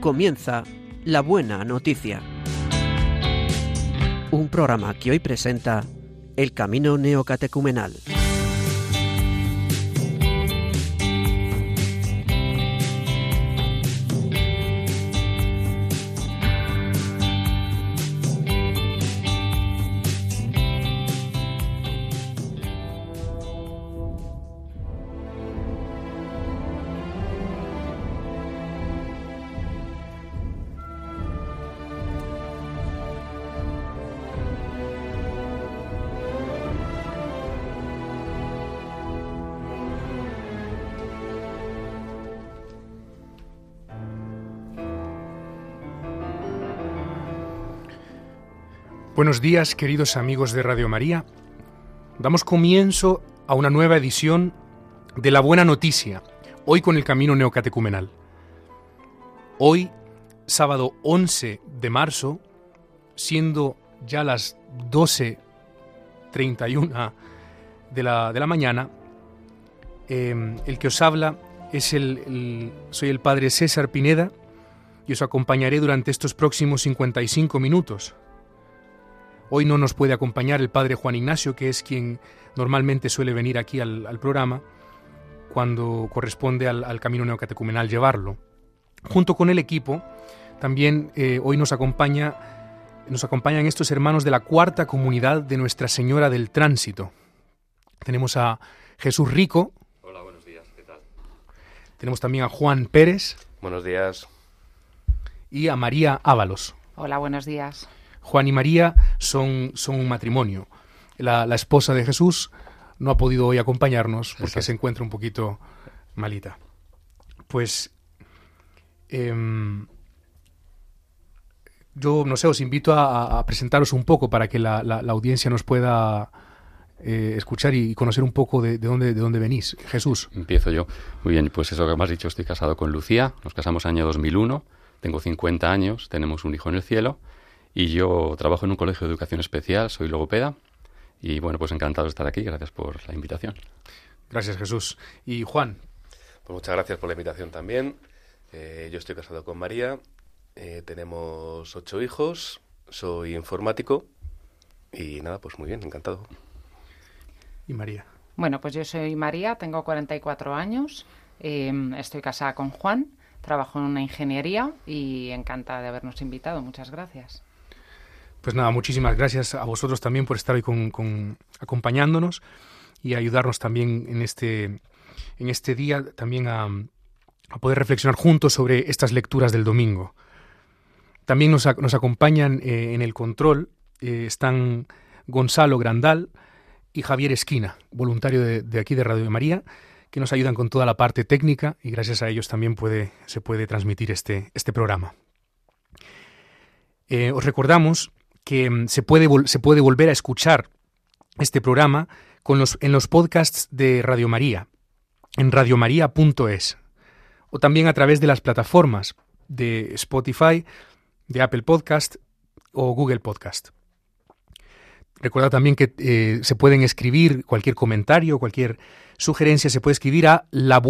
comienza La Buena Noticia. Un programa que hoy presenta El Camino Neocatecumenal. Buenos días, queridos amigos de Radio María. Damos comienzo a una nueva edición de La Buena Noticia, hoy con el Camino Neocatecumenal. Hoy, sábado 11 de marzo, siendo ya las 12:31 de la mañana, el que os habla es soy el padre César Pineda y os acompañaré durante estos próximos 55 minutos. Hoy no nos puede acompañar el padre Juan Ignacio, que es quien normalmente suele venir aquí al programa cuando corresponde al Camino Neocatecumenal llevarlo. Junto con el equipo, también hoy nos acompañan estos hermanos de la Cuarta Comunidad de Nuestra Señora del Tránsito. Tenemos a Jesús Rico. Hola, buenos días, ¿qué tal? Tenemos también a Juan Pérez. Buenos días. Y a María Ábalos. Hola, buenos días. Juan y María son un matrimonio. La esposa de Jesús no ha podido hoy acompañarnos porque Exacto. se encuentra un poquito malita. Pues yo no sé, os invito a presentaros un poco para que la audiencia nos pueda escuchar y conocer un poco de dónde venís. Jesús. Empiezo yo. Muy bien, pues eso que me has dicho, estoy casado con Lucía, nos casamos año 2001, tengo 50 años, tenemos un hijo en el cielo. Y yo trabajo en un colegio de educación especial, soy logopeda y bueno, pues encantado de estar aquí, gracias por la invitación. Gracias, Jesús. Y Juan. Pues muchas gracias por la invitación también. Yo estoy casado con María, tenemos 8 hijos, soy informático y nada, pues muy bien, encantado. Y María. Bueno, pues yo soy María, tengo 44 años, estoy casada con Juan, trabajo en una ingeniería y encantada de habernos invitado. Muchas gracias. Pues nada, muchísimas gracias a vosotros también por estar hoy acompañándonos y ayudarnos también en este día también a poder reflexionar juntos sobre estas lecturas del domingo. También nos acompañan en el control, están Gonzalo Grandal y Javier Esquina, voluntario de aquí de Radio María, que nos ayudan con toda la parte técnica y gracias a ellos también se puede transmitir este programa. Os recordamos que se puede volver a escuchar este programa en los podcasts de Radio María, en radiomaria.es, o también a través de las plataformas de Spotify, de Apple Podcast o Google Podcast. Recordad también que se pueden escribir cualquier comentario, cualquier sugerencia, se puede escribir a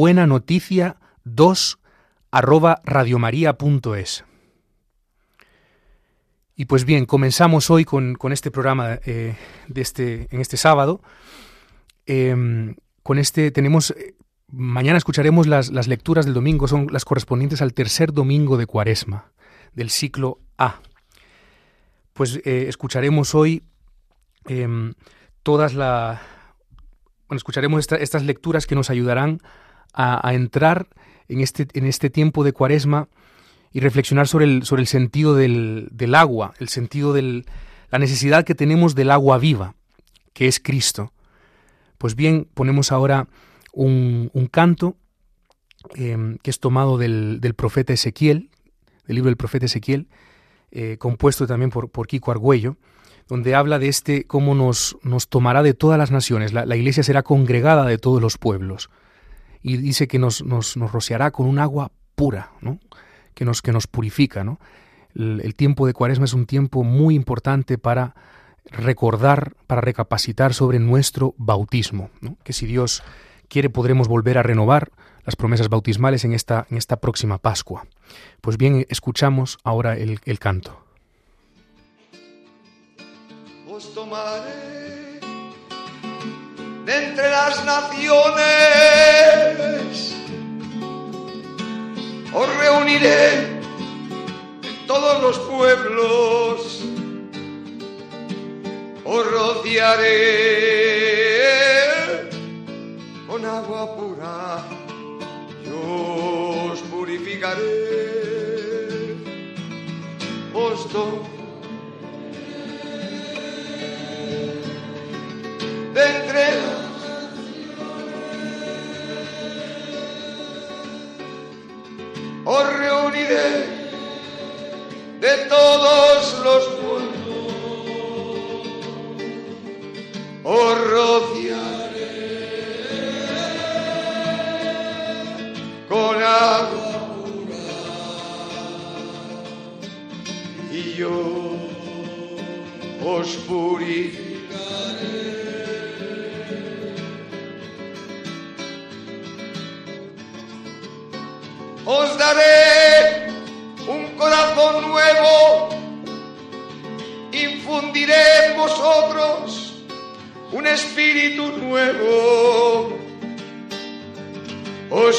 labuenanoticia2@radiomaria.es. Y pues bien, comenzamos hoy con este programa en este sábado. Mañana escucharemos las lecturas del domingo, son las correspondientes al tercer domingo de Cuaresma, del ciclo A. Pues escucharemos hoy escucharemos estas lecturas que nos ayudarán a entrar en este tiempo de Cuaresma y reflexionar sobre el sentido del agua, el sentido la necesidad que tenemos del agua viva, que es Cristo. Pues bien, ponemos ahora un canto que es tomado del profeta Ezequiel, del libro del profeta Ezequiel, compuesto también por Kiko Argüello, donde habla de cómo nos tomará de todas las naciones, la iglesia será congregada de todos los pueblos, y dice que nos rociará con un agua pura, ¿no? que nos purifica, ¿no? El tiempo de Cuaresma es un tiempo muy importante para recordar, para recapacitar sobre nuestro bautismo, ¿no? Que si Dios quiere podremos volver a renovar las promesas bautismales en esta próxima Pascua. Pues bien, escuchamos ahora el canto. Os tomaré de entre las naciones, os reuniré de todos los pueblos, os rociaré con agua pura, yo os purificaré, os tomaré de entre os reuniré de todos los pueblos, os rociaré con agua pura y yo os purificaré. Os daré un corazón nuevo, infundiré en vosotros un espíritu nuevo, os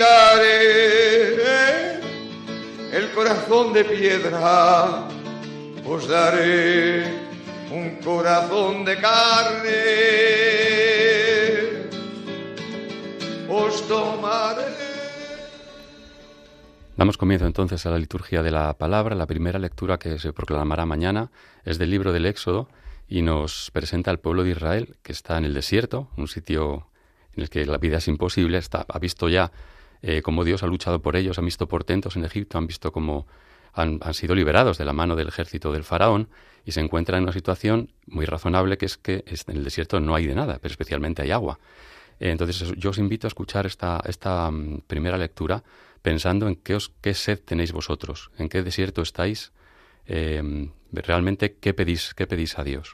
quitaré el corazón de piedra, os daré un corazón de carne, os tomaré. Damos comienzo entonces a la liturgia de la palabra. La primera lectura que se proclamará mañana es del libro del Éxodo y nos presenta al pueblo de Israel que está en el desierto, un sitio en el que la vida es imposible. Ha visto ya cómo Dios ha luchado por ellos, han visto portentos en Egipto, han visto cómo han sido liberados de la mano del ejército del faraón y se encuentran en una situación muy razonable, que es que en el desierto no hay de nada, pero especialmente hay agua. Entonces yo os invito a escuchar esta primera lectura pensando en qué sed tenéis vosotros, en qué desierto estáis, realmente qué pedís a Dios.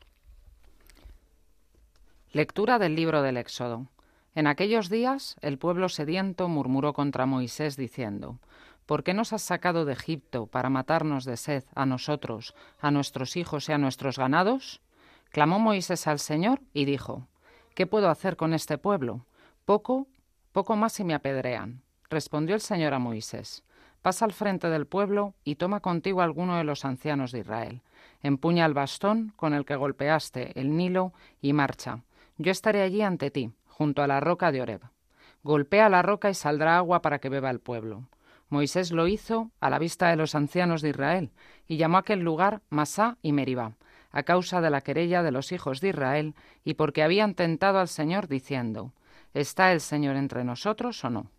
Lectura del libro del Éxodo. En aquellos días el pueblo sediento murmuró contra Moisés diciendo: ¿Por qué nos has sacado de Egipto para matarnos de sed a nosotros, a nuestros hijos y a nuestros ganados? Clamó Moisés al Señor y dijo: ¿Qué puedo hacer con este pueblo? Poco más y me apedrean. Respondió el Señor a Moisés: Pasa al frente del pueblo y toma contigo a alguno de los ancianos de Israel. Empuña el bastón con el que golpeaste el Nilo y marcha. Yo estaré allí ante ti, junto a la roca de Horeb. Golpea la roca y saldrá agua para que beba el pueblo. Moisés lo hizo a la vista de los ancianos de Israel y llamó a aquel lugar Masá y Meribá, a causa de la querella de los hijos de Israel y porque habían tentado al Señor diciendo: ¿Está el Señor entre nosotros o no?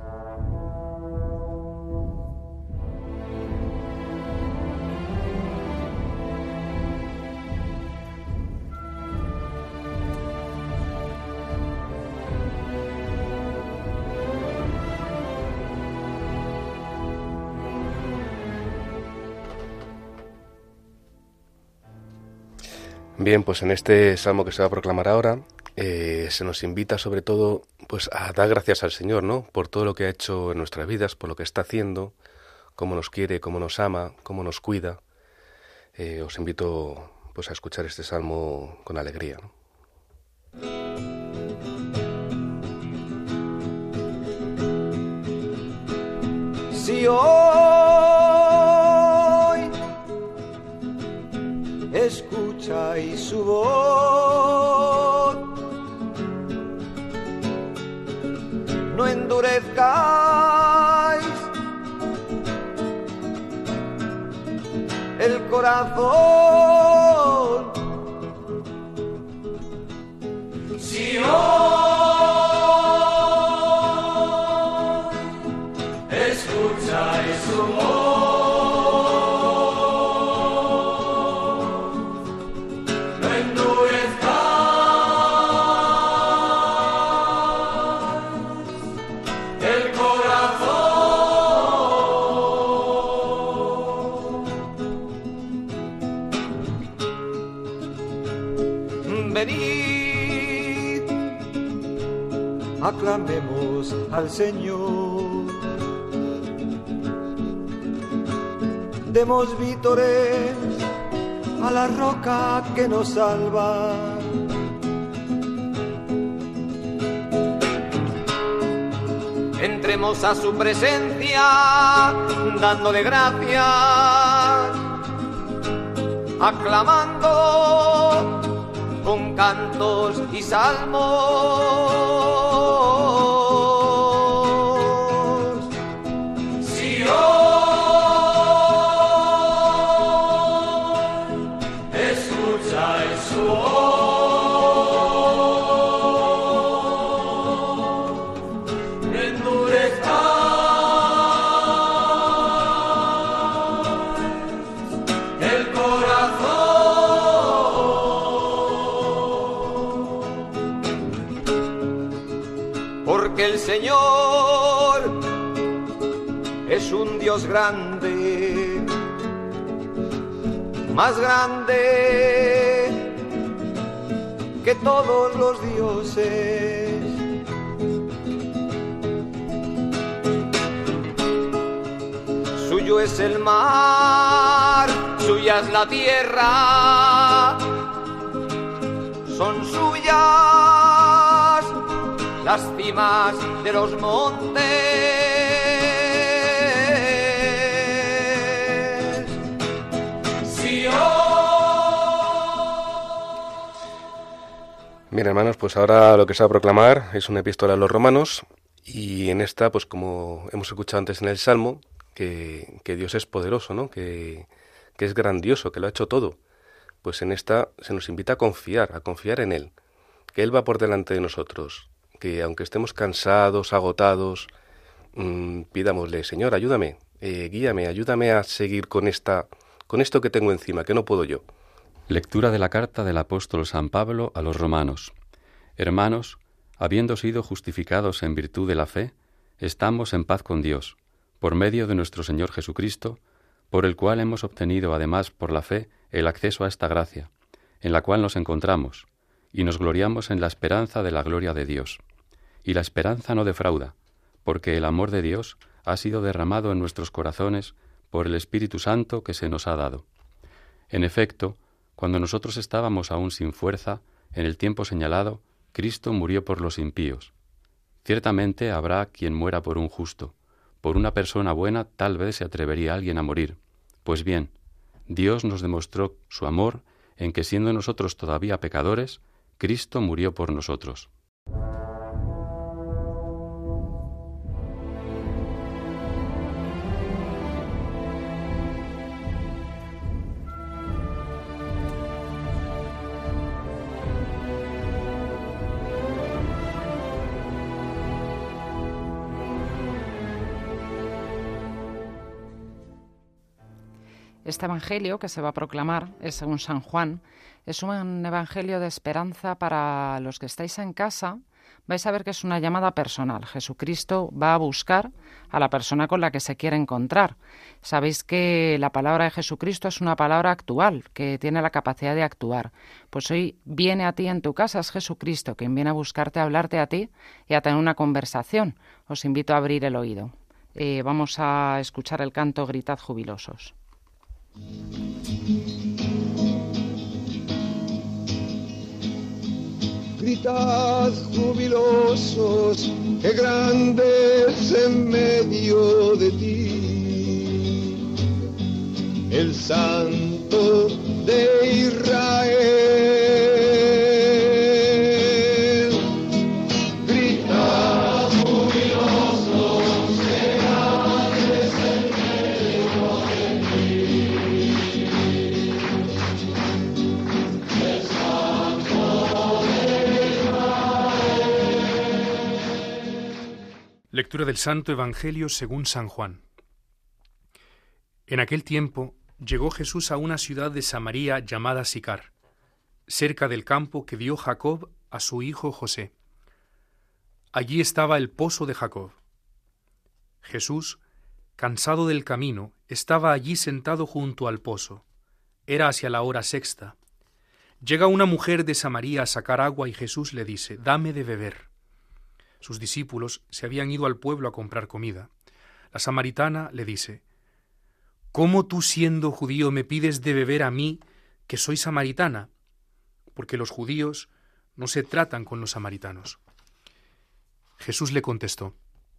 Bien, pues en este salmo que se va a proclamar ahora se nos invita sobre todo pues a dar gracias al Señor, ¿no? Por todo lo que ha hecho en nuestras vidas, por lo que está haciendo, cómo nos quiere, cómo nos ama, cómo nos cuida. Os invito pues a escuchar este salmo con alegría, ¿no? Si hoy escucháis su voz, no endurezcáis el corazón. Si hoy escucháis su voz, aclamemos al Señor, demos vítores a la roca que nos salva. Entremos a su presencia dándole gracias, aclamando con cantos y salmos. Si hoy escucháis su voz, endurezcáis el corazón. Porque el Señor es un Dios grande, más grande que todos los dioses. Suyo es el mar, suya es la tierra, son suyas las cimas de los montes. Bien, hermanos, pues ahora lo que se va a proclamar es una epístola a los romanos, y en esta, pues como hemos escuchado antes en el Salmo, que Dios es poderoso, ¿no? Que es grandioso, que lo ha hecho todo. Pues en esta se nos invita a confiar en Él, que Él va por delante de nosotros, que aunque estemos cansados, agotados, pidámosle: Señor, ayúdame, guíame, ayúdame a seguir con esto que tengo encima, que no puedo yo. Lectura de la carta del apóstol San Pablo a los romanos. Hermanos, habiendo sido justificados en virtud de la fe, estamos en paz con Dios, por medio de nuestro Señor Jesucristo, por el cual hemos obtenido además por la fe el acceso a esta gracia, en la cual nos encontramos, y nos gloriamos en la esperanza de la gloria de Dios. Y la esperanza no defrauda, porque el amor de Dios ha sido derramado en nuestros corazones por el Espíritu Santo que se nos ha dado. En efecto, cuando nosotros estábamos aún sin fuerza, en el tiempo señalado, Cristo murió por los impíos. Ciertamente habrá quien muera por un justo. Por una persona buena tal vez se atrevería alguien a morir. Pues bien, Dios nos demostró su amor en que, siendo nosotros todavía pecadores, Cristo murió por nosotros. Este evangelio que se va a proclamar es según San Juan. Es un evangelio de esperanza para los que estáis en casa. Vais a ver que es una llamada personal. Jesucristo va a buscar a la persona con la que se quiere encontrar. Sabéis que la palabra de Jesucristo es una palabra actual, que tiene la capacidad de actuar. Pues hoy viene a ti en tu casa, es Jesucristo quien viene a buscarte, a hablarte a ti y a tener una conversación. Os invito a abrir el oído. Vamos a escuchar el canto Gritad jubilosos. Gritad jubilosos, que grande es en medio de ti el Santo de Israel. Gritad jubilosos, que grande es en medio de ti el Santo de Lectura del Santo Evangelio según San Juan. En aquel tiempo llegó Jesús a una ciudad de Samaria llamada Sicar, cerca del campo que dio Jacob a su hijo José. Allí estaba el pozo de Jacob. Jesús, cansado del camino, estaba allí sentado junto al pozo. Era hacia la hora sexta. Llega una mujer de Samaria a sacar agua y Jesús le dice: «Dame de beber». Sus discípulos se habían ido al pueblo a comprar comida. La samaritana le dice: ¿cómo tú siendo judío me pides de beber a mí, que soy samaritana? Porque los judíos no se tratan con los samaritanos. Jesús le contestó: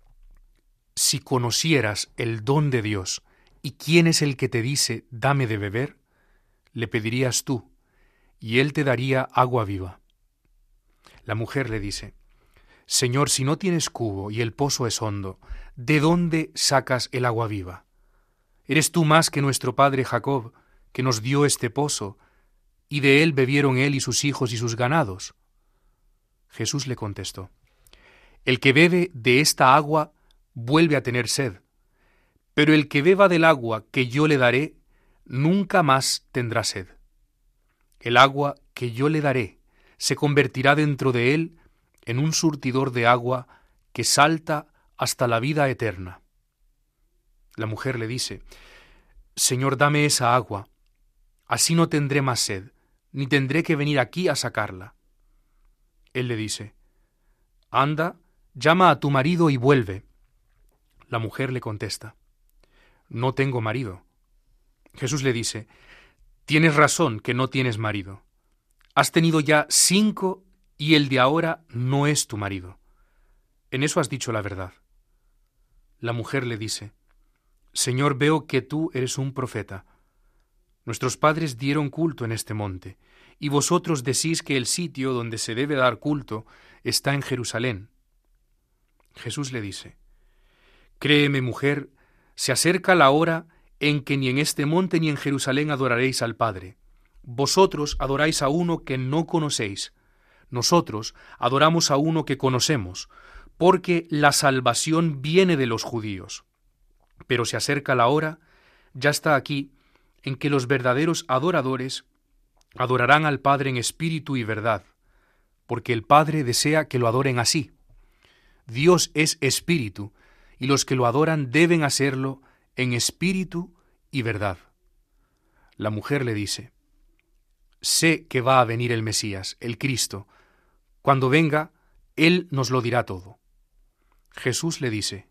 si conocieras el don de Dios y quién es el que te dice dame de beber, le pedirías tú, y él te daría agua viva. La mujer le dice: Señor, si no tienes cubo y el pozo es hondo, ¿de dónde sacas el agua viva? ¿Eres tú más que nuestro padre Jacob, que nos dio este pozo, y de él bebieron él y sus hijos y sus ganados? Jesús le contestó: el que bebe de esta agua vuelve a tener sed, pero el que beba del agua que yo le daré, nunca más tendrá sed. El agua que yo le daré se convertirá dentro de él en un surtidor de agua que salta hasta la vida eterna. La mujer le dice: Señor, dame esa agua, así no tendré más sed, ni tendré que venir aquí a sacarla. Él le dice: anda, llama a tu marido y vuelve. La mujer le contesta: no tengo marido. Jesús le dice: tienes razón que no tienes marido. Has tenido ya 5 y el de ahora no es tu marido. En eso has dicho la verdad. La mujer le dice: Señor, veo que tú eres un profeta. Nuestros padres dieron culto en este monte, y vosotros decís que el sitio donde se debe dar culto está en Jerusalén. Jesús le dice: créeme, mujer, se acerca la hora en que ni en este monte ni en Jerusalén adoraréis al Padre. Vosotros adoráis a uno que no conocéis. Nosotros adoramos a uno que conocemos, porque la salvación viene de los judíos. Pero se acerca la hora, ya está aquí, en que los verdaderos adoradores adorarán al Padre en espíritu y verdad, porque el Padre desea que lo adoren así. Dios es espíritu, y los que lo adoran deben hacerlo en espíritu y verdad. La mujer le dice: sé que va a venir el Mesías, el Cristo. Cuando venga, Él nos lo dirá todo. Jesús le dice: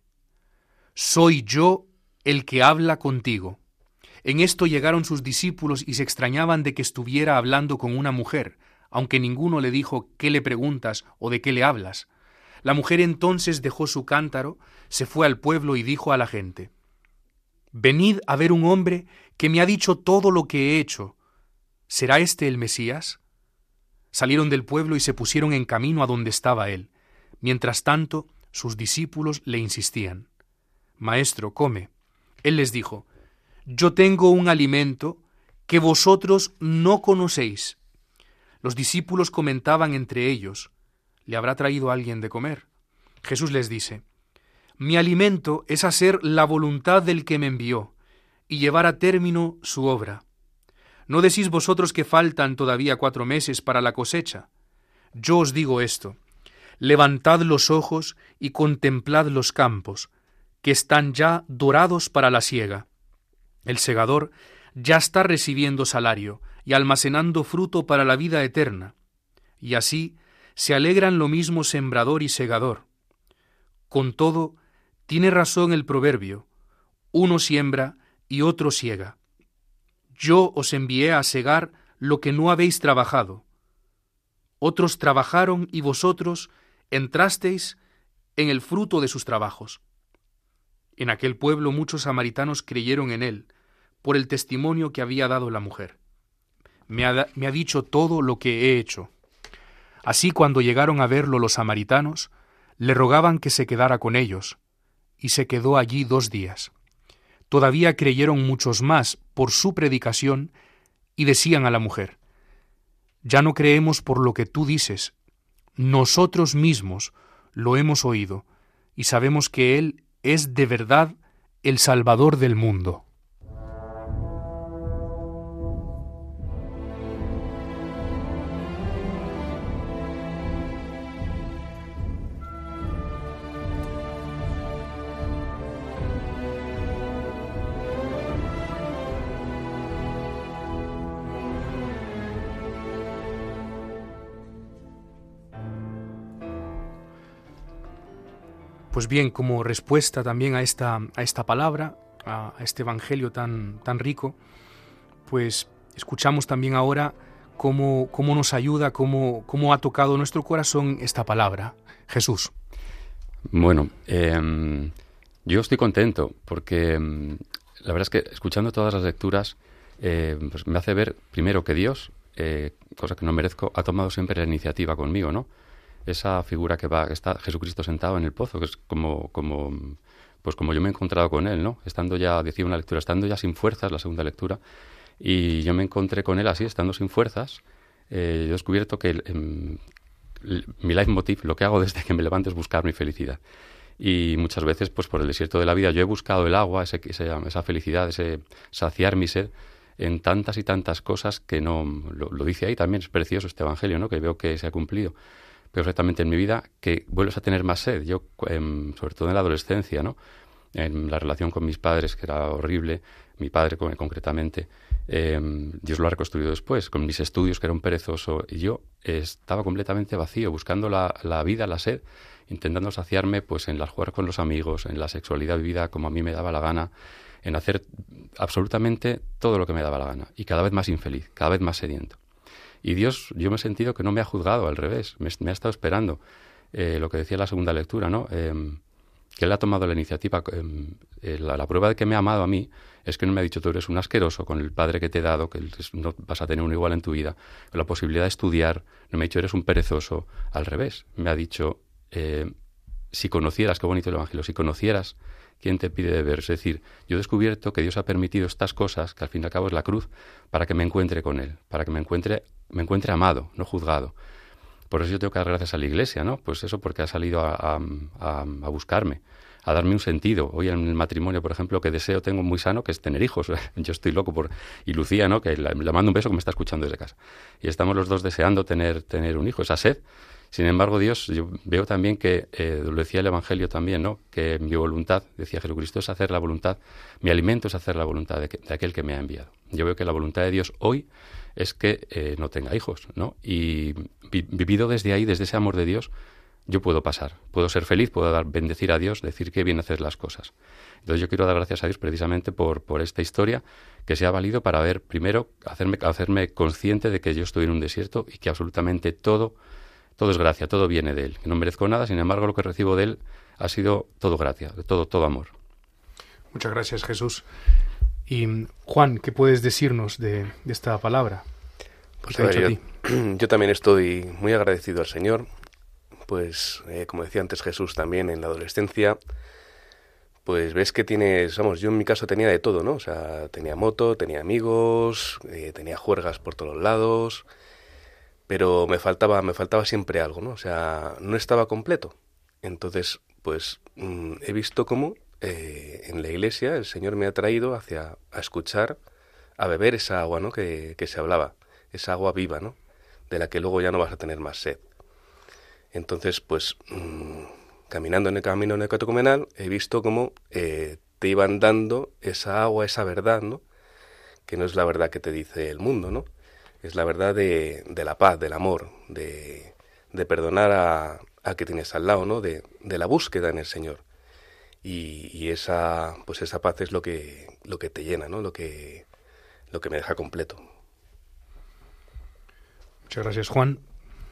soy yo el que habla contigo. En esto llegaron sus discípulos y se extrañaban de que estuviera hablando con una mujer, aunque ninguno le dijo: ¿qué le preguntas o de qué le hablas? La mujer entonces dejó su cántaro, se fue al pueblo y dijo a la gente: venid a ver un hombre que me ha dicho todo lo que he hecho. ¿Será este el Mesías? Salieron del pueblo y se pusieron en camino a donde estaba él. Mientras tanto, sus discípulos le insistían: Maestro, come. Él les dijo: yo tengo un alimento que vosotros no conocéis. Los discípulos comentaban entre ellos: ¿le habrá traído alguien de comer? Jesús les dice: mi alimento es hacer la voluntad del que me envió y llevar a término su obra. ¿No decís vosotros que faltan todavía 4 meses para la cosecha? Yo os digo esto: levantad los ojos y contemplad los campos, que están ya dorados para la siega. El segador ya está recibiendo salario y almacenando fruto para la vida eterna. Y así se alegran lo mismo sembrador y segador. Con todo, tiene razón el proverbio: uno siembra y otro siega. Yo os envié a segar lo que no habéis trabajado. Otros trabajaron y vosotros entrasteis en el fruto de sus trabajos. En aquel pueblo muchos samaritanos creyeron en él, por el testimonio que había dado la mujer. Me ha dicho todo lo que he hecho. Así, cuando llegaron a verlo los samaritanos, le rogaban que se quedara con ellos, y se quedó allí 2 días. Todavía creyeron muchos más por su predicación, y decían a la mujer: ya no creemos por lo que tú dices, nosotros mismos lo hemos oído, y sabemos que Él es de verdad el Salvador del mundo. Pues bien, como respuesta también a esta palabra, a este evangelio tan rico, pues escuchamos también ahora cómo nos ayuda, cómo ha tocado nuestro corazón esta palabra. Jesús. Bueno, yo estoy contento porque la verdad es que escuchando todas las lecturas pues me hace ver primero que Dios, cosa que no merezco, ha tomado siempre la iniciativa conmigo, ¿no? Esa figura que está Jesucristo sentado en el pozo, que es como yo me he encontrado con él, ¿no? Decía una lectura, estando ya sin fuerzas, la segunda lectura, y yo me encontré con él así, estando sin fuerzas. Yo he descubierto que mi leitmotiv, lo que hago desde que me levanto, es buscar mi felicidad. Y muchas veces, pues por el desierto de la vida, yo he buscado el agua, esa felicidad, ese saciar mi sed en tantas y tantas cosas que no... Lo dice ahí también, es precioso este evangelio, ¿no? Que veo que se ha cumplido perfectamente en mi vida, que vuelves a tener más sed. Yo, sobre todo en la adolescencia, ¿no? En la relación con mis padres, que era horrible, mi padre concretamente, Dios lo ha reconstruido después, con mis estudios, que era un perezoso, y yo estaba completamente vacío, buscando la vida, la sed, intentando saciarme pues en las jugar con los amigos, en la sexualidad vivida como a mí me daba la gana, en hacer absolutamente todo lo que me daba la gana, y cada vez más infeliz, cada vez más sediento. Y Dios, yo me he sentido que no me ha juzgado, al revés, me ha estado esperando, lo que decía la segunda lectura, ¿no? Que Él ha tomado la iniciativa. La prueba de que me ha amado a mí es que no me ha dicho tú eres un asqueroso con el padre que te he dado, que no vas a tener uno igual en tu vida, con la posibilidad de estudiar. No me ha dicho eres un perezoso, al revés. Me ha dicho, si conocieras, qué bonito el Evangelio, si conocieras quién te pide de ver. Es decir, yo he descubierto que Dios ha permitido estas cosas, que al fin y al cabo es la cruz, para que me encuentre con Él, para que me encuentre amado, no juzgado. Por eso yo tengo que dar gracias a la Iglesia, ¿no? Pues eso, porque ha salido a buscarme, a darme un sentido. Hoy en el matrimonio, por ejemplo, que deseo tengo muy sano, que es tener hijos. Yo estoy loco y Lucía, ¿no? Que le mando un beso, que me está escuchando desde casa. Y estamos los dos deseando tener un hijo, esa sed. Sin embargo, Dios, yo veo también que, lo decía el Evangelio también, ¿no? Que mi voluntad, decía Jesucristo, es hacer la voluntad, mi alimento es hacer la voluntad de aquel que me ha enviado. Yo veo que la voluntad de Dios hoy es que no tenga hijos, ¿no? Y vivido desde ahí, desde ese amor de Dios, yo puedo pasar, puedo ser feliz, puedo bendecir a Dios, decir que bien hacer las cosas. Entonces yo quiero dar gracias a Dios precisamente por esta historia, que se ha valido para ver, primero, hacerme consciente de que yo estoy en un desierto y que absolutamente todo es gracia, todo viene de Él. Que no merezco nada, sin embargo lo que recibo de Él ha sido todo gracia, todo amor. Muchas gracias, Jesús. Y Juan, ¿qué puedes decirnos de esta palabra? Pues a ver, yo también estoy muy agradecido al Señor, pues como decía antes Jesús también en la adolescencia, pues ves que tienes, yo en mi caso tenía de todo, ¿no? O sea, tenía moto, tenía amigos, tenía juergas por todos lados, pero me faltaba siempre algo, ¿no? O sea, no estaba completo. Entonces, pues he visto cómo en la iglesia el Señor me ha traído a escuchar, a beber esa agua, ¿no? Que se hablaba, esa agua viva, ¿no? De la que luego ya no vas a tener más sed. Entonces, pues, caminando en el camino neocatecumenal, he visto cómo te iban dando esa agua, esa verdad, ¿no? Que no es la verdad que te dice el mundo, ¿no? Es la verdad de la paz, del amor, de perdonar a que tienes al lado, ¿no? De la búsqueda en el Señor. Y esa paz es lo que te llena, ¿no? Lo que me deja completo. Muchas gracias, Juan.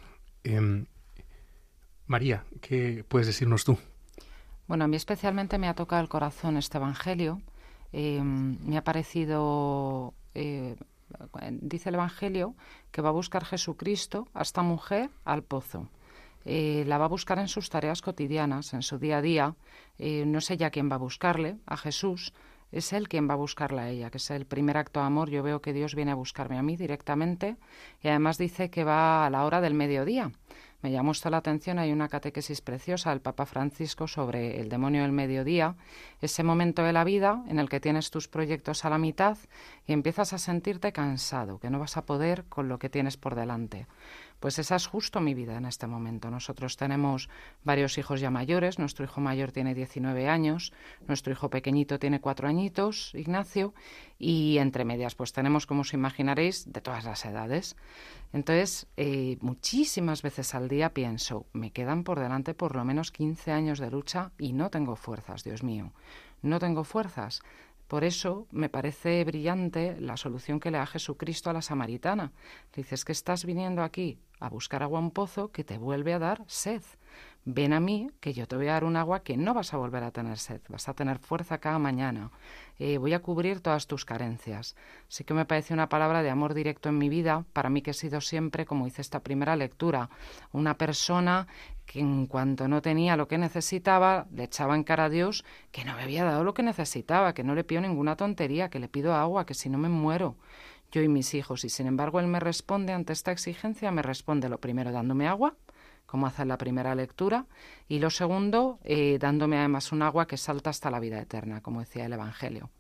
María, ¿qué puedes decirnos tú? Bueno, a mí especialmente me ha tocado el corazón este Evangelio. Me ha parecido... dice el Evangelio que va a buscar Jesucristo a esta mujer al pozo. La va a buscar en sus tareas cotidianas, en su día a día. No sé ya quién va a buscarle, a Jesús. Es Él quien va a buscarla a ella, que es el primer acto de amor. Yo veo que Dios viene a buscarme a mí directamente y además dice que va a la hora del mediodía. Me llamó esto la atención, hay una catequesis preciosa del Papa Francisco sobre el demonio del mediodía, ese momento de la vida en el que tienes tus proyectos a la mitad y empiezas a sentirte cansado, que no vas a poder con lo que tienes por delante. Pues esa es justo mi vida en este momento. Nosotros tenemos varios hijos ya mayores, nuestro hijo mayor tiene 19 años, nuestro hijo pequeñito tiene 4 añitos, Ignacio, y entre medias pues tenemos, como os imaginaréis, de todas las edades. Entonces, muchísimas veces al día pienso, me quedan por delante por lo menos 15 años de lucha y no tengo fuerzas, Dios mío, no tengo fuerzas. Por eso me parece brillante la solución que le da Jesucristo a la samaritana. Dice, es que estás viniendo aquí a buscar agua a un pozo que te vuelve a dar sed. Ven a mí, que yo te voy a dar un agua que no vas a volver a tener sed, vas a tener fuerza cada mañana. Voy a cubrir todas tus carencias. Sí que me parece una palabra de amor directo en mi vida, para mí que he sido siempre, como dice esta primera lectura, una persona que en cuanto no tenía lo que necesitaba, le echaba en cara a Dios que no me había dado lo que necesitaba, que no le pido ninguna tontería, que le pido agua, que si no me muero, yo y mis hijos. Y sin embargo, Él me responde ante esta exigencia, me responde lo primero dándome agua, como hace en la primera lectura, y lo segundo, dándome además un agua que salta hasta la vida eterna, como decía el Evangelio.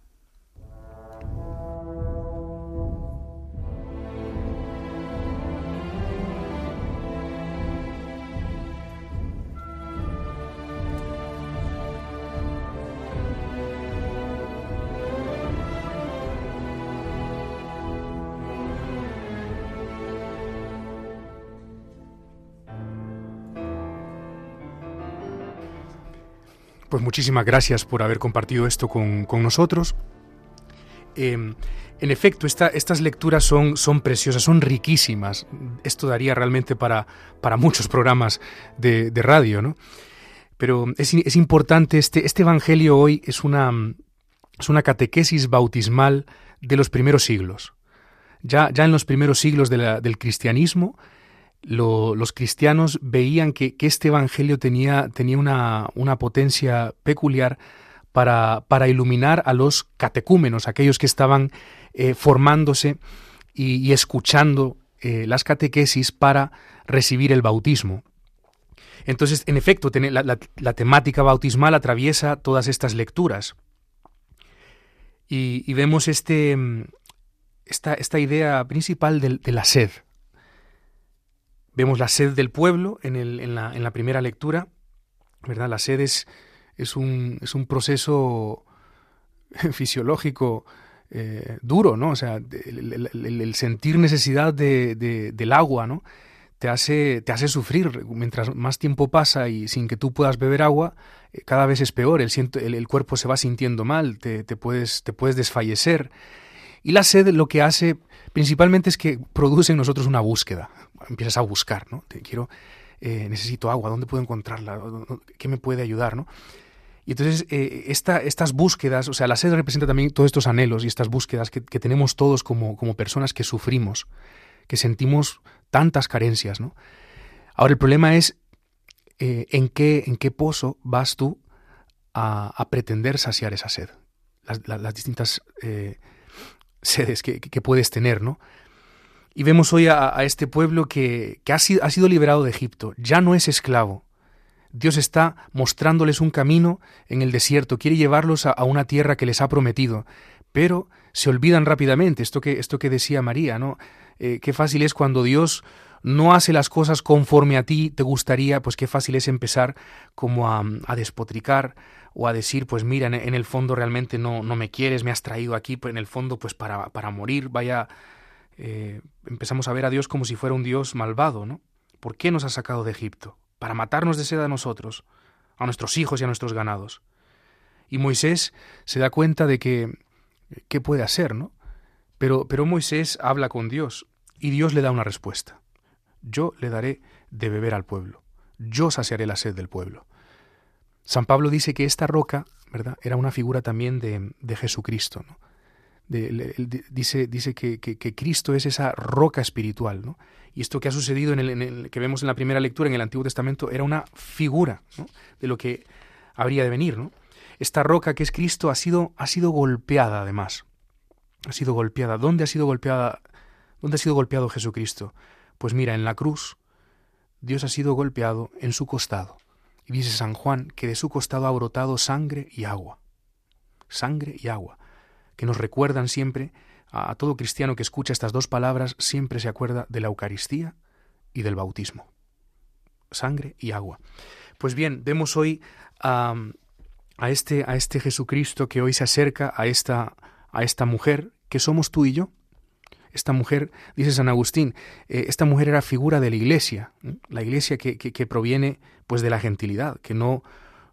Pues muchísimas gracias por haber compartido esto con nosotros. En efecto, estas lecturas son preciosas, son riquísimas. Esto daría realmente para muchos programas de radio, ¿no? Pero es importante, este Evangelio hoy es una catequesis bautismal de los primeros siglos. Ya en los primeros siglos del cristianismo, los cristianos veían que este Evangelio tenía una potencia peculiar para iluminar a los catecúmenos, aquellos que estaban formándose y escuchando las catequesis para recibir el bautismo. Entonces, en efecto, la temática bautismal atraviesa todas estas lecturas. Y vemos esta idea principal de la sed. Vemos la sed del pueblo en la primera lectura, ¿verdad? La sed es un proceso fisiológico duro, ¿no? O sea, el sentir necesidad del agua, ¿no? Te hace sufrir. Mientras más tiempo pasa y sin que tú puedas beber agua, cada vez es peor. El cuerpo se va sintiendo mal, te puedes desfallecer. Y la sed lo que hace principalmente es que produce en nosotros una búsqueda. Empiezas a buscar, ¿no? Necesito agua, ¿dónde puedo encontrarla? ¿Qué me puede ayudar, no? Y entonces estas búsquedas, o sea, la sed representa también todos estos anhelos y estas búsquedas que tenemos todos como personas que sufrimos, que sentimos tantas carencias, ¿no? Ahora, el problema es en qué pozo vas tú a pretender saciar esa sed, las distintas sedes que puedes tener, ¿no? Y vemos hoy a este pueblo que ha sido liberado de Egipto, ya no es esclavo. Dios está mostrándoles un camino en el desierto, quiere llevarlos a una tierra que les ha prometido, pero se olvidan rápidamente, esto que decía María, ¿no? Qué fácil es cuando Dios no hace las cosas conforme a ti te gustaría, pues qué fácil es empezar como a despotricar o a decir, pues mira, en el fondo realmente no me quieres, me has traído aquí, en el fondo pues para morir, vaya... empezamos a ver a Dios como si fuera un Dios malvado, ¿no? ¿Por qué nos ha sacado de Egipto? Para matarnos de sed a nosotros, a nuestros hijos y a nuestros ganados. Y Moisés se da cuenta de qué puede hacer, ¿no? Pero Moisés habla con Dios y Dios le da una respuesta. Yo le daré de beber al pueblo. Yo saciaré la sed del pueblo. San Pablo dice que esta roca, ¿verdad?, era una figura también de Jesucristo, ¿no? Dice que Cristo es esa roca espiritual, ¿no? Y esto que ha sucedido que vemos en la primera lectura en el Antiguo Testamento era una figura, ¿no?, de lo que habría de venir, ¿no? Esta roca que es Cristo ha sido golpeada, además. Ha sido golpeada. ¿Dónde ha sido golpeado Jesucristo? Pues mira, en la cruz Dios ha sido golpeado en su costado. Y dice San Juan que de su costado ha brotado sangre y agua. Sangre y agua, que nos recuerdan siempre, a todo cristiano que escucha estas dos palabras, siempre se acuerda de la Eucaristía y del bautismo. Sangre y agua. Pues bien, vemos hoy a este Jesucristo que hoy se acerca a esta mujer, que somos tú y yo. Esta mujer, dice San Agustín, esta mujer era figura de la Iglesia, ¿eh? La Iglesia que proviene pues de la gentilidad, que no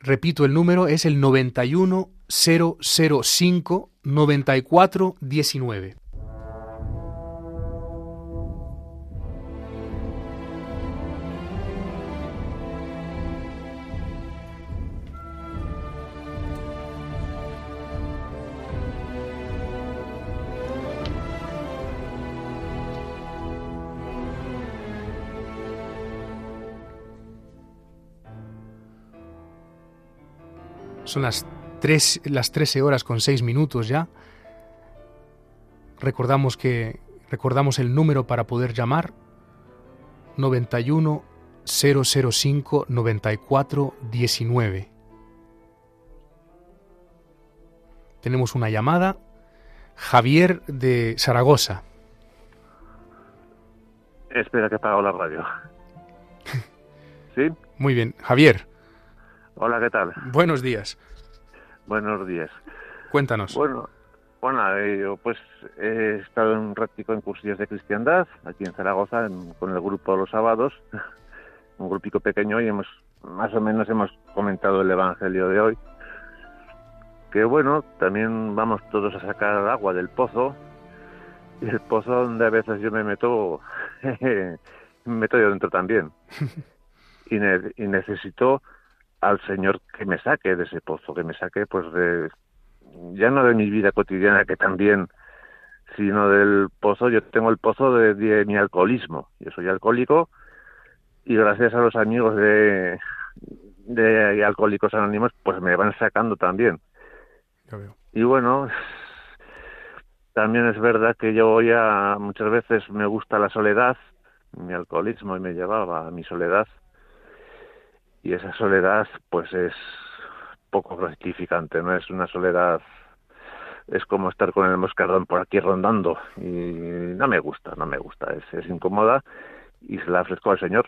Repito, el número es el 91 005 94 19. Son las 13 horas con 6 minutos ya. Recordamos el número para poder llamar: 91 005 94 19. Tenemos una llamada. Javier de Zaragoza. Espera, que he apagado la radio. ¿Sí? Muy bien. Javier. Hola, ¿qué tal? Buenos días. Buenos días. Cuéntanos. Bueno, yo pues he estado un ratico en cursillos de cristiandad aquí en Zaragoza con el grupo Los Sábados, un grupico pequeño, y más o menos hemos comentado el Evangelio de hoy. Que bueno, también vamos todos a sacar agua del pozo, y el pozo donde a veces yo me meto yo dentro también. Y necesito al Señor que me saque de ese pozo, que me saque pues ya no de mi vida cotidiana, que también, sino del pozo. Yo tengo el pozo de mi alcoholismo. Yo soy alcohólico, y gracias a los amigos de Alcohólicos Anónimos pues me van sacando también. Y bueno, también es verdad que yo muchas veces me gusta la soledad, mi alcoholismo, y me llevaba a mi soledad. Y esa soledad pues es poco gratificante, ¿no? Es una soledad, es como estar con el moscardón por aquí rondando, y no me gusta, es incómoda, y se la ofrezco al Señor.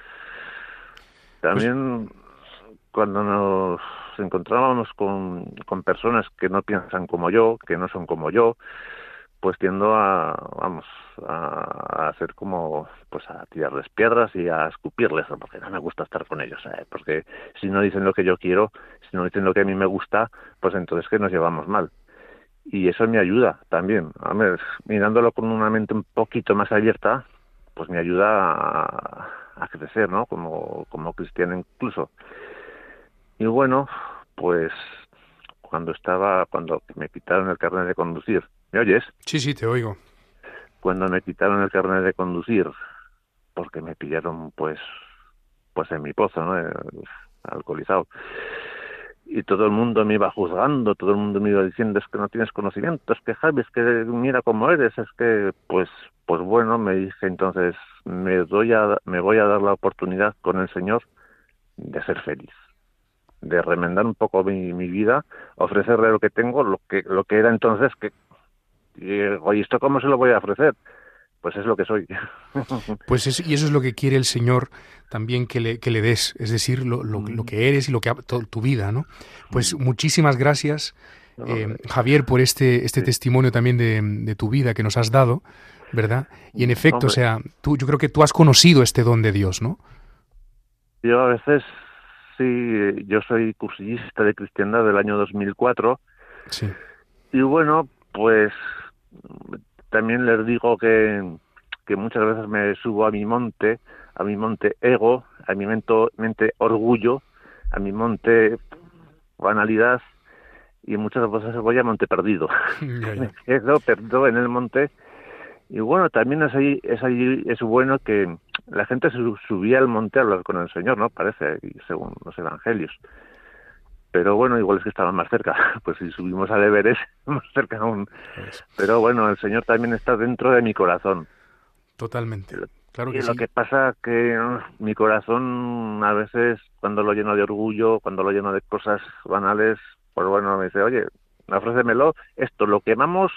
También cuando nos encontrábamos con personas que no piensan como yo, que no son como yo, pues tiendo a hacer como, pues a tirarles piedras y a escupirles, porque no me gusta estar con ellos, ¿sabes? Porque si no dicen lo que yo quiero, si no dicen lo que a mí me gusta, pues entonces que nos llevamos mal. Y eso me ayuda también, mirándolo con una mente un poquito más abierta, pues me ayuda a crecer, ¿no? Como cristiano incluso. Y bueno, pues cuando me quitaron el carnet de conducir, ¿me oyes? Sí, te oigo. Cuando me quitaron el carnet de conducir, porque me pillaron pues en mi pozo, ¿no? Alcoholizado. Y todo el mundo me iba juzgando, todo el mundo me iba diciendo: es que no tienes conocimientos, que Javi, es que mira cómo eres, es que pues bueno, me dije entonces, me voy a dar la oportunidad con el Señor de ser feliz, de remendar un poco mi vida, ofrecerle lo que tengo, lo que era entonces, oye, ¿esto cómo se lo voy a ofrecer? Pues es lo que soy. Pues y eso es lo que quiere el Señor también que le des, es decir, lo que eres y lo que tu vida, ¿no? Pues muchísimas gracias, Javier, por este testimonio también de tu vida que nos has dado, ¿verdad? Y en efecto, yo creo que tú has conocido este don de Dios, ¿no? Yo a veces, sí, yo soy cursillista de cristiandad del año 2004. Sí. Y bueno, pues también les digo que muchas veces me subo a mi monte ego, a mi mente orgullo, a mi monte banalidad, y muchas veces voy a monte perdido. Me quedo perdido en el monte. Y bueno, también es bueno que la gente se subía al monte a hablar con el Señor, ¿no? Parece, según los evangelios. Pero bueno, igual es que estaban más cerca. Pues si subimos al Everest, más cerca aún. Pero bueno, el Señor también está dentro de mi corazón. Totalmente. Claro que y sí. lo que pasa que mi corazón a veces, cuando lo lleno de orgullo, cuando lo lleno de cosas banales, pues bueno, me dice: oye, ofrécemelo, esto lo quemamos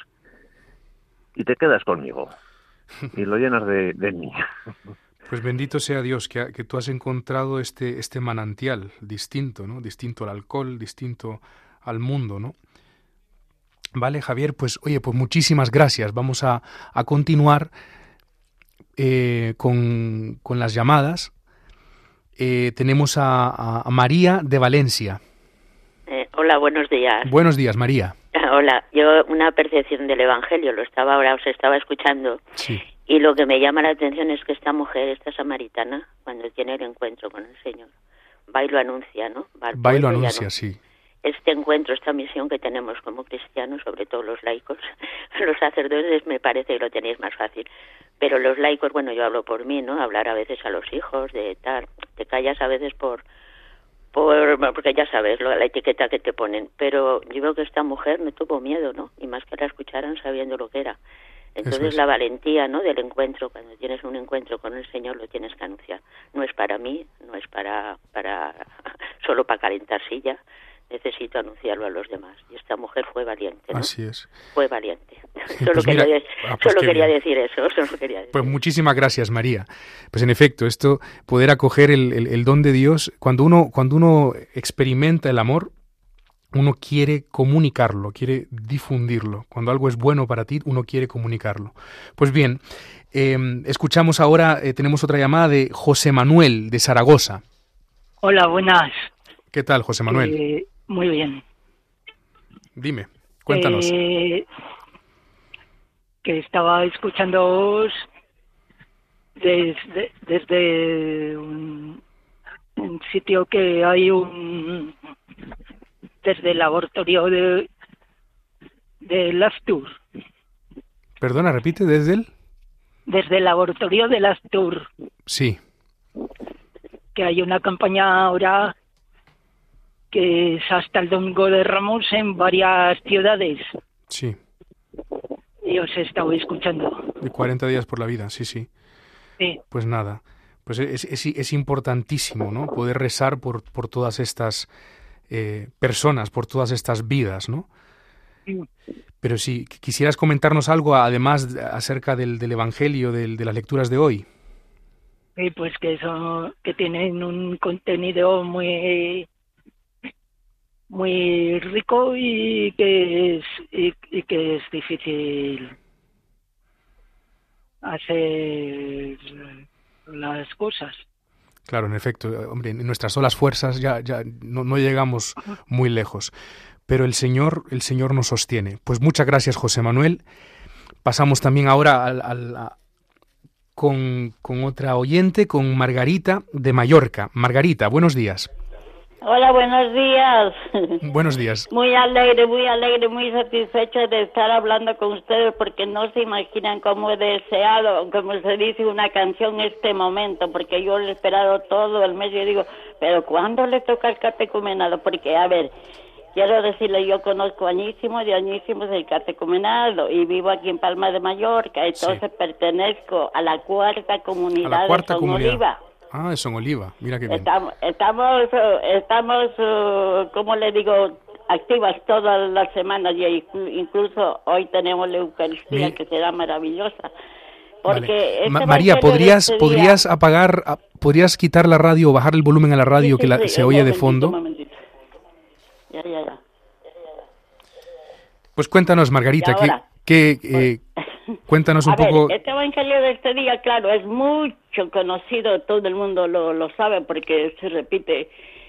y te quedas conmigo. Y lo llenas de mí. Pues bendito sea Dios que tú has encontrado este manantial distinto, ¿no? Distinto al alcohol, distinto al mundo, ¿no? Vale, Javier, pues oye, pues muchísimas gracias. Vamos a continuar con las llamadas. tenemos a María de Valencia. Hola, buenos días. Buenos días, María. Hola, yo una percepción del Evangelio, os estaba escuchando. Sí. Y lo que me llama la atención es que esta mujer, esta samaritana, cuando tiene el encuentro con el Señor, va y lo anuncia, ¿no? Va y lo anuncia, sí. Este encuentro, esta misión que tenemos como cristianos, sobre todo los laicos, los sacerdotes me parece que lo tenéis más fácil, pero los laicos, bueno, yo hablo por mí, ¿no? Hablar a veces a los hijos, de tal, te callas a veces porque ya sabes la etiqueta que te ponen, pero yo veo que esta mujer no tuvo miedo, ¿no? Y más que la escucharan sabiendo lo que era. Entonces la valentía, ¿no? Del encuentro, cuando tienes un encuentro con el Señor lo tienes que anunciar. No es para mí, no es para solo para calentar silla. Necesito anunciarlo a los demás. Y esta mujer fue valiente, ¿no? Así es. Fue valiente. Solo quería decir eso. Pues muchísimas gracias, María. Pues en efecto, esto, poder acoger el don de Dios, cuando uno experimenta el amor, uno quiere comunicarlo, quiere difundirlo. Cuando algo es bueno para ti, uno quiere comunicarlo. Pues bien, escuchamos ahora, tenemos otra llamada de José Manuel, de Zaragoza. Hola, buenas. ¿Qué tal, José Manuel? Muy bien. Dime, cuéntanos. Que estaba escuchándoos desde un sitio que hay desde el laboratorio de Astur. Perdona, repite, ¿desde el laboratorio de Astur. Sí. Que hay una campaña ahora que es hasta el Domingo de Ramos en varias ciudades. Sí. Y os he estado escuchando. De 40 días por la vida, sí. Sí. Pues nada, pues es importantísimo, ¿no? Poder rezar por todas estas personas, por todas estas vidas, ¿no? Sí. Pero si quisieras comentarnos algo, además, acerca del Evangelio, de las lecturas de hoy. Sí, pues que tienen un contenido muy rico y que es difícil hacer las cosas. Claro, en efecto, hombre, en nuestras solas fuerzas ya no llegamos muy lejos, pero el Señor nos sostiene. Pues muchas gracias, José Manuel. Pasamos también ahora con otra oyente, con Margarita de Mallorca. Margarita, buenos días. Hola, buenos días. Buenos días. Muy alegre, muy satisfecha de estar hablando con ustedes porque no se imaginan cómo he deseado, como se dice, una canción en este momento, porque yo lo he esperado todo el mes y yo digo, pero ¿cuándo le toca el catecumenado? Porque, a ver, quiero decirle, yo conozco añísimos el catecumenado y vivo aquí en Palma de Mallorca, entonces pertenezco a la cuarta comunidad de Son Oliva. Ah, de Son Oliva, mira qué bien. Estamos, como le digo, activas todas las semanas y incluso hoy tenemos la Eucaristía que será maravillosa. Porque vale. María, ¿podrías podrías quitar la radio o bajar el volumen a la radio sí, se oye de fondo? Un momentito. Ya. Pues cuéntanos, Margarita, cuéntanos un poco. Este evangelio de este día, claro, es mucho conocido, todo el mundo lo sabe porque se repite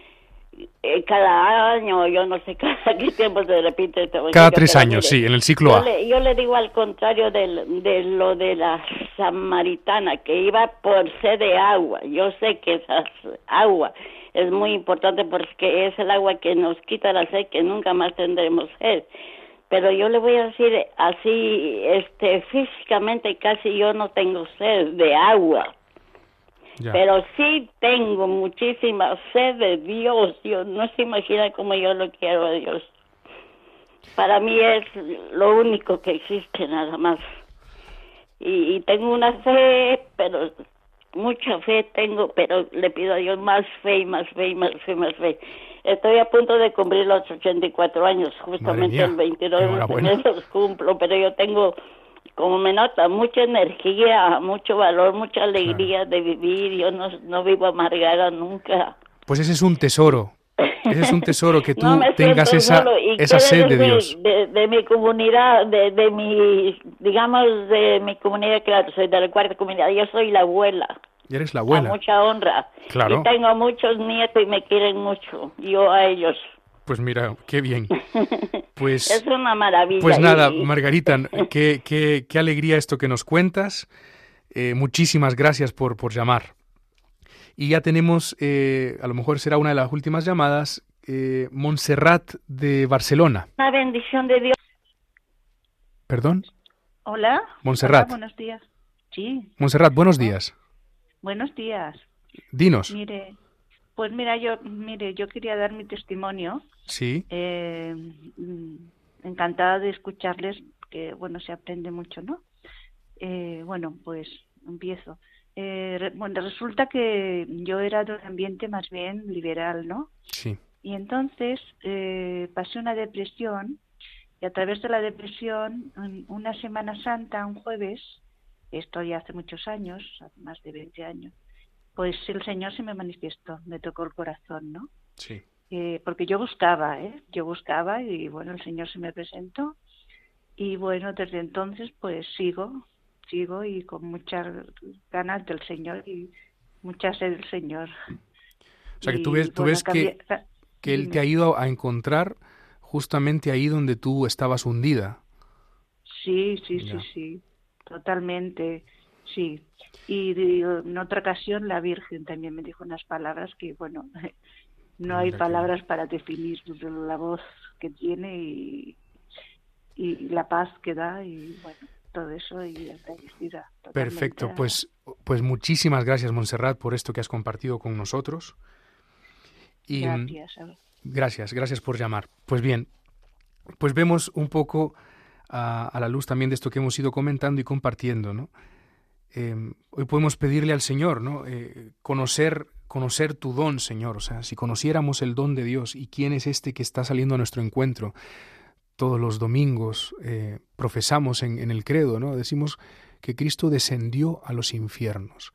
cada año, yo no sé cada qué tiempo se repite este evangelio. Cada 3 años, sí, en el ciclo A. Yo le digo al contrario de lo de la samaritana, que iba por sed de agua. Yo sé que esa agua es muy importante porque es el agua que nos quita la sed, que nunca más tendremos sed. Pero yo le voy a decir así, físicamente casi yo no tengo sed de agua. Ya. Pero sí tengo muchísima sed de Dios. Dios no se imagina cómo yo lo quiero a Dios. Para mí es lo único que existe, nada más. Y tengo una fe, pero mucha fe tengo, pero le pido a Dios más fe y más fe y más fe y más fe. Estoy a punto de cumplir los 84 años, justamente el 22 de mes los cumplo, pero yo tengo, como me nota, mucha energía, mucho valor, mucha alegría de vivir. Yo no vivo amargada nunca. Pues ese es un tesoro. Ese es un tesoro, que tú tengas esa sed de Dios. De mi comunidad, de mi comunidad, claro, soy de la cuarta comunidad. Yo soy la abuela Y eres la abuela. A mucha honra. Claro. Y tengo muchos nietos y me quieren mucho. Yo a ellos. Pues mira, qué bien. Pues, es una maravilla. Pues nada, Margarita, qué alegría esto que nos cuentas. Muchísimas gracias por llamar. Y ya tenemos, a lo mejor será una de las últimas llamadas, Montserrat de Barcelona. Una bendición de Dios. ¿Perdón? Hola. Montserrat. Hola, buenos días. Sí. Montserrat, buenos días. Buenos días. Dinos. Yo quería dar mi testimonio. Sí. Encantada de escucharles, que bueno, se aprende mucho, ¿no? Pues empiezo. Resulta que yo era de un ambiente más bien liberal, ¿no? Sí. Y entonces pasé una depresión, y a través de la depresión, una Semana Santa, un jueves, esto ya hace muchos años, más de 20 años, pues el Señor se me manifestó, me tocó el corazón, ¿no? Sí. Porque yo buscaba y bueno, el Señor se me presentó y bueno, desde entonces pues sigo y con muchas ganas del Señor y mucha sed del Señor. O sea, que tú ves que Él te ha ido a encontrar justamente ahí donde tú estabas hundida. Sí, totalmente, sí. Y en otra ocasión la Virgen también me dijo unas palabras que, bueno, no hay palabras para definir la voz que tiene y la paz que da y, bueno, todo eso y agradecida. Perfecto, pues muchísimas gracias, Montserrat, por esto que has compartido con nosotros. Y gracias por llamar. Pues bien, pues vemos un poco a la luz también de esto que hemos ido comentando y compartiendo, ¿no? Hoy podemos pedirle al Señor, ¿no? Conocer tu don, Señor. O sea, si conociéramos el don de Dios y quién es este que está saliendo a nuestro encuentro todos los domingos, profesamos en el credo, ¿no? Decimos que Cristo descendió a los infiernos.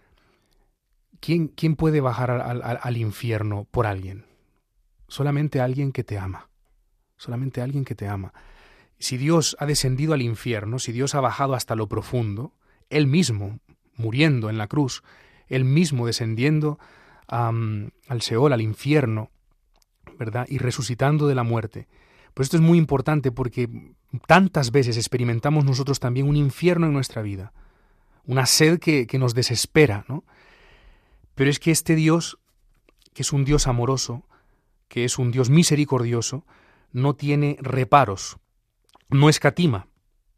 ¿Quién puede bajar al infierno por alguien? Solamente alguien que te ama. Solamente alguien que te ama. Si Dios ha descendido al infierno, si Dios ha bajado hasta lo profundo, Él mismo, muriendo en la cruz, Él mismo descendiendo al Seol, al infierno, ¿verdad? Y resucitando de la muerte. Pues esto es muy importante porque tantas veces experimentamos nosotros también un infierno en nuestra vida, una sed que nos desespera, ¿no? Pero es que este Dios, que es un Dios amoroso, que es un Dios misericordioso, no tiene reparos, no escatima.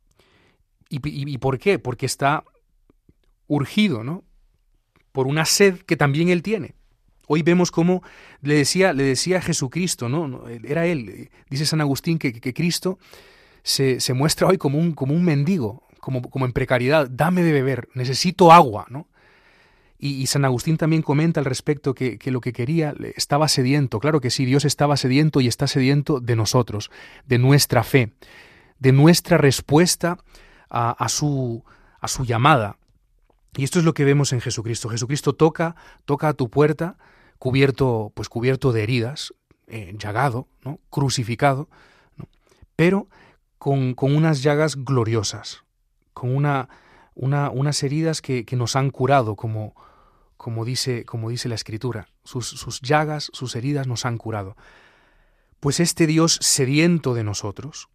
¿Y por qué? Porque está urgido, ¿no? Por una sed que también Él tiene. Hoy vemos cómo le decía a Jesucristo, ¿no? Era Él. Dice San Agustín que Cristo se muestra hoy como un mendigo, como en precariedad. Dame de beber, necesito agua, ¿no? Y San Agustín también comenta al respecto que lo que quería, estaba sediento. Claro que sí, Dios estaba sediento y está sediento de nosotros, de nuestra fe, de nuestra respuesta a su llamada. Y esto es lo que vemos en Jesucristo. Jesucristo toca a tu puerta, cubierto de heridas, llagado, ¿no? Crucificado, ¿no? Pero con unas llagas gloriosas, con unas heridas que nos han curado, como dice la Escritura. Sus llagas, sus heridas nos han curado. Pues este Dios sediento de nosotros,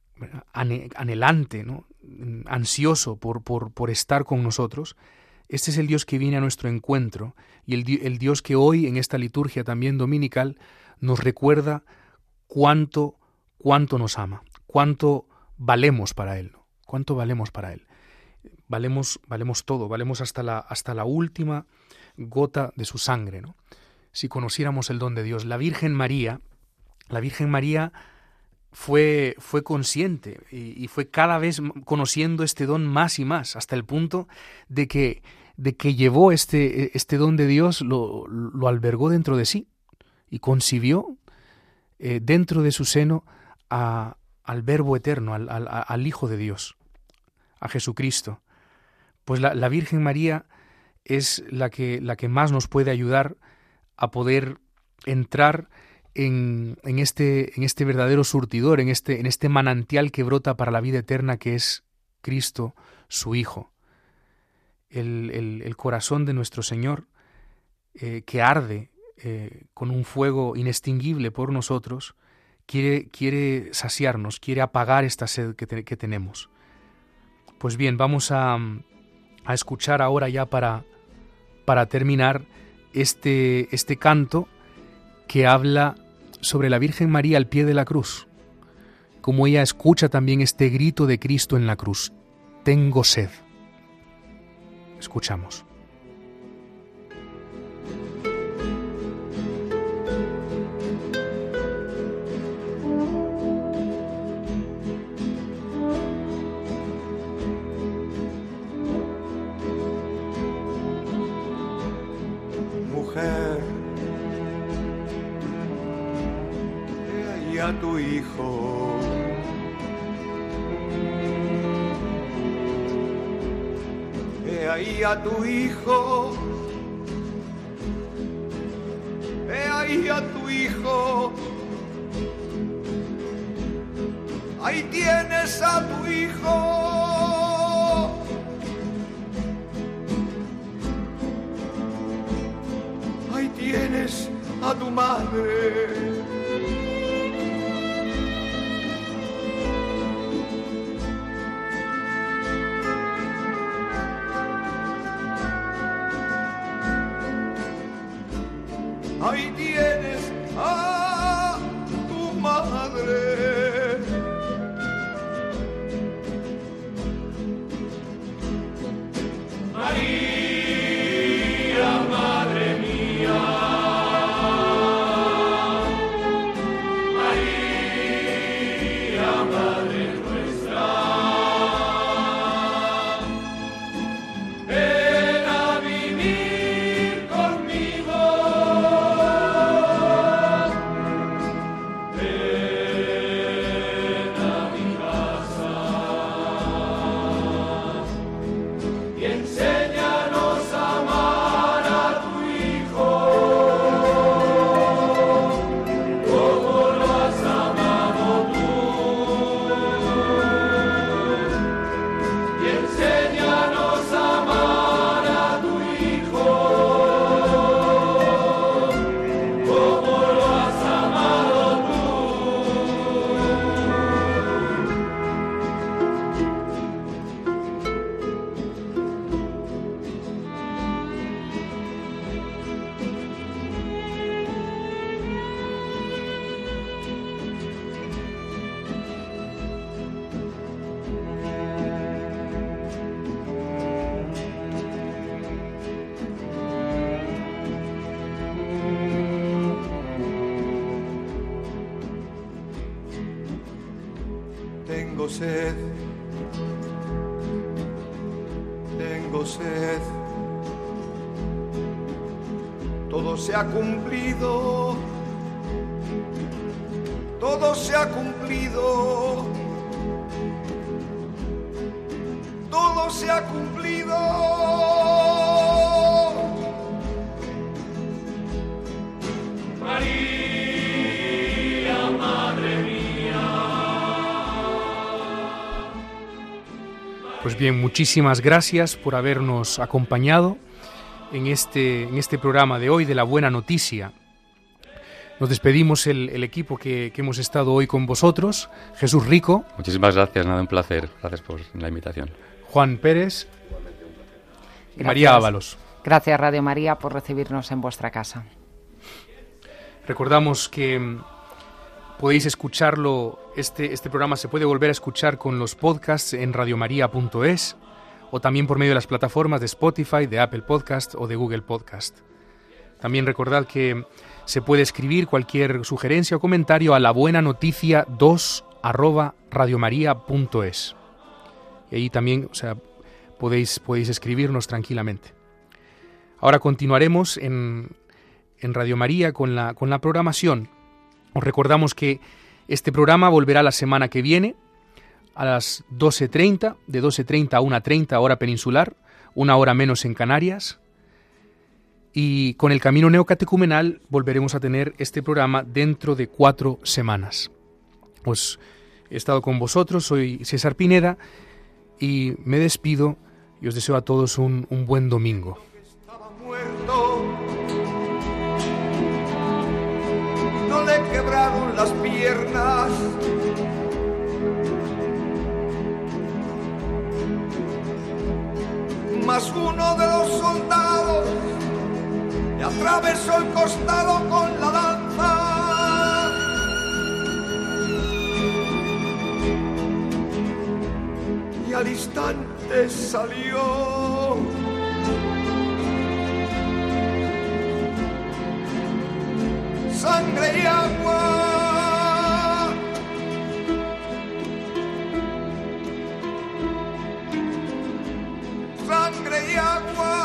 anhelante, ¿no? Ansioso por estar con nosotros, este es el Dios que viene a nuestro encuentro y el Dios que hoy en esta liturgia también dominical nos recuerda cuánto nos ama, cuánto valemos para Él, ¿no? Cuánto valemos para Él. Valemos todo, valemos hasta la última gota de su sangre, ¿no? Si conociéramos el don de Dios. La Virgen María fue consciente y fue cada vez conociendo este don más y más, hasta el punto de que llevó este don de Dios, lo albergó dentro de sí y concibió dentro de su seno al Verbo eterno, al Hijo de Dios, a Jesucristo. Pues la Virgen María es la que más nos puede ayudar a poder entrar en este verdadero surtidor, en este manantial que brota para la vida eterna, que es Cristo, su Hijo. el corazón de nuestro Señor, que arde con un fuego inextinguible por nosotros, quiere saciarnos, quiere apagar esta sed que tenemos. Pues bien, vamos a escuchar ahora ya para terminar este canto que habla sobre la Virgen María al pie de la cruz, como ella escucha también este grito de Cristo en la cruz: tengo sed. Escuchamos. Mujer, he ahí a tu hijo. He ahí a tu hijo. He ahí a tu hijo. Ahí tienes a tu hijo. Ahí tienes a tu madre. Ahí tienes a tu madre. María, madre mía. María, madre nuestra. Ven a vivir conmigo. Ven a mi casa y enséñanos a amar a tu hijo como lo has amado tú. Y enséñanos a amar a tu hijo como lo has amado tú. Tengo sed. Tengo sed. Todo se ha cumplido. Todo se ha cumplido. Todo se ha cumplido. María, madre mía. Pues bien, muchísimas gracias por habernos acompañado en este programa de hoy de la Buena Noticia. Nos despedimos el equipo que hemos estado hoy con vosotros: Jesús Rico. Muchísimas gracias, nada, un placer. Gracias por la invitación. Juan Pérez y Gracias. María Ábalos. Gracias, Radio María, por recibirnos en vuestra casa. Recordamos que podéis escucharlo, este programa se puede volver a escuchar con los podcasts en radiomaria.es o también por medio de las plataformas de Spotify, de Apple Podcast o de Google Podcast. También recordad que se puede escribir cualquier sugerencia o comentario a labuenanoticia2@radiomaria.es. Y ahí también, podéis escribirnos tranquilamente. Ahora continuaremos en Radio María con la programación. Os recordamos que este programa volverá la semana que viene a las 12:30, de 12:30 a 1:30 hora peninsular, 1 hora menos en Canarias. Y con el Camino Neocatecumenal volveremos a tener este programa dentro de 4 semanas. Pues he estado con vosotros, soy César Pineda y me despido y os deseo a todos un buen domingo. No le quebraron las piernas, mas uno de los soldados le atravesó el costado con la lanza. Y al instante salió sangre y agua. Sangre y agua.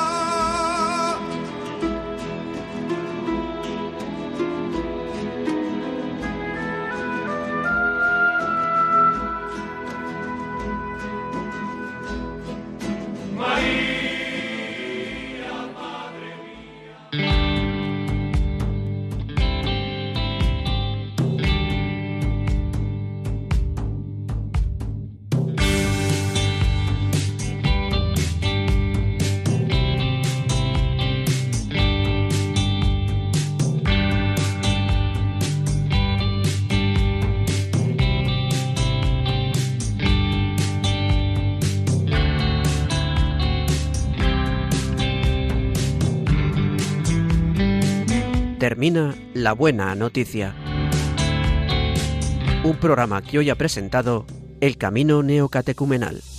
Termina La Buena Noticia, un programa que hoy ha presentado El Camino Neocatecumenal.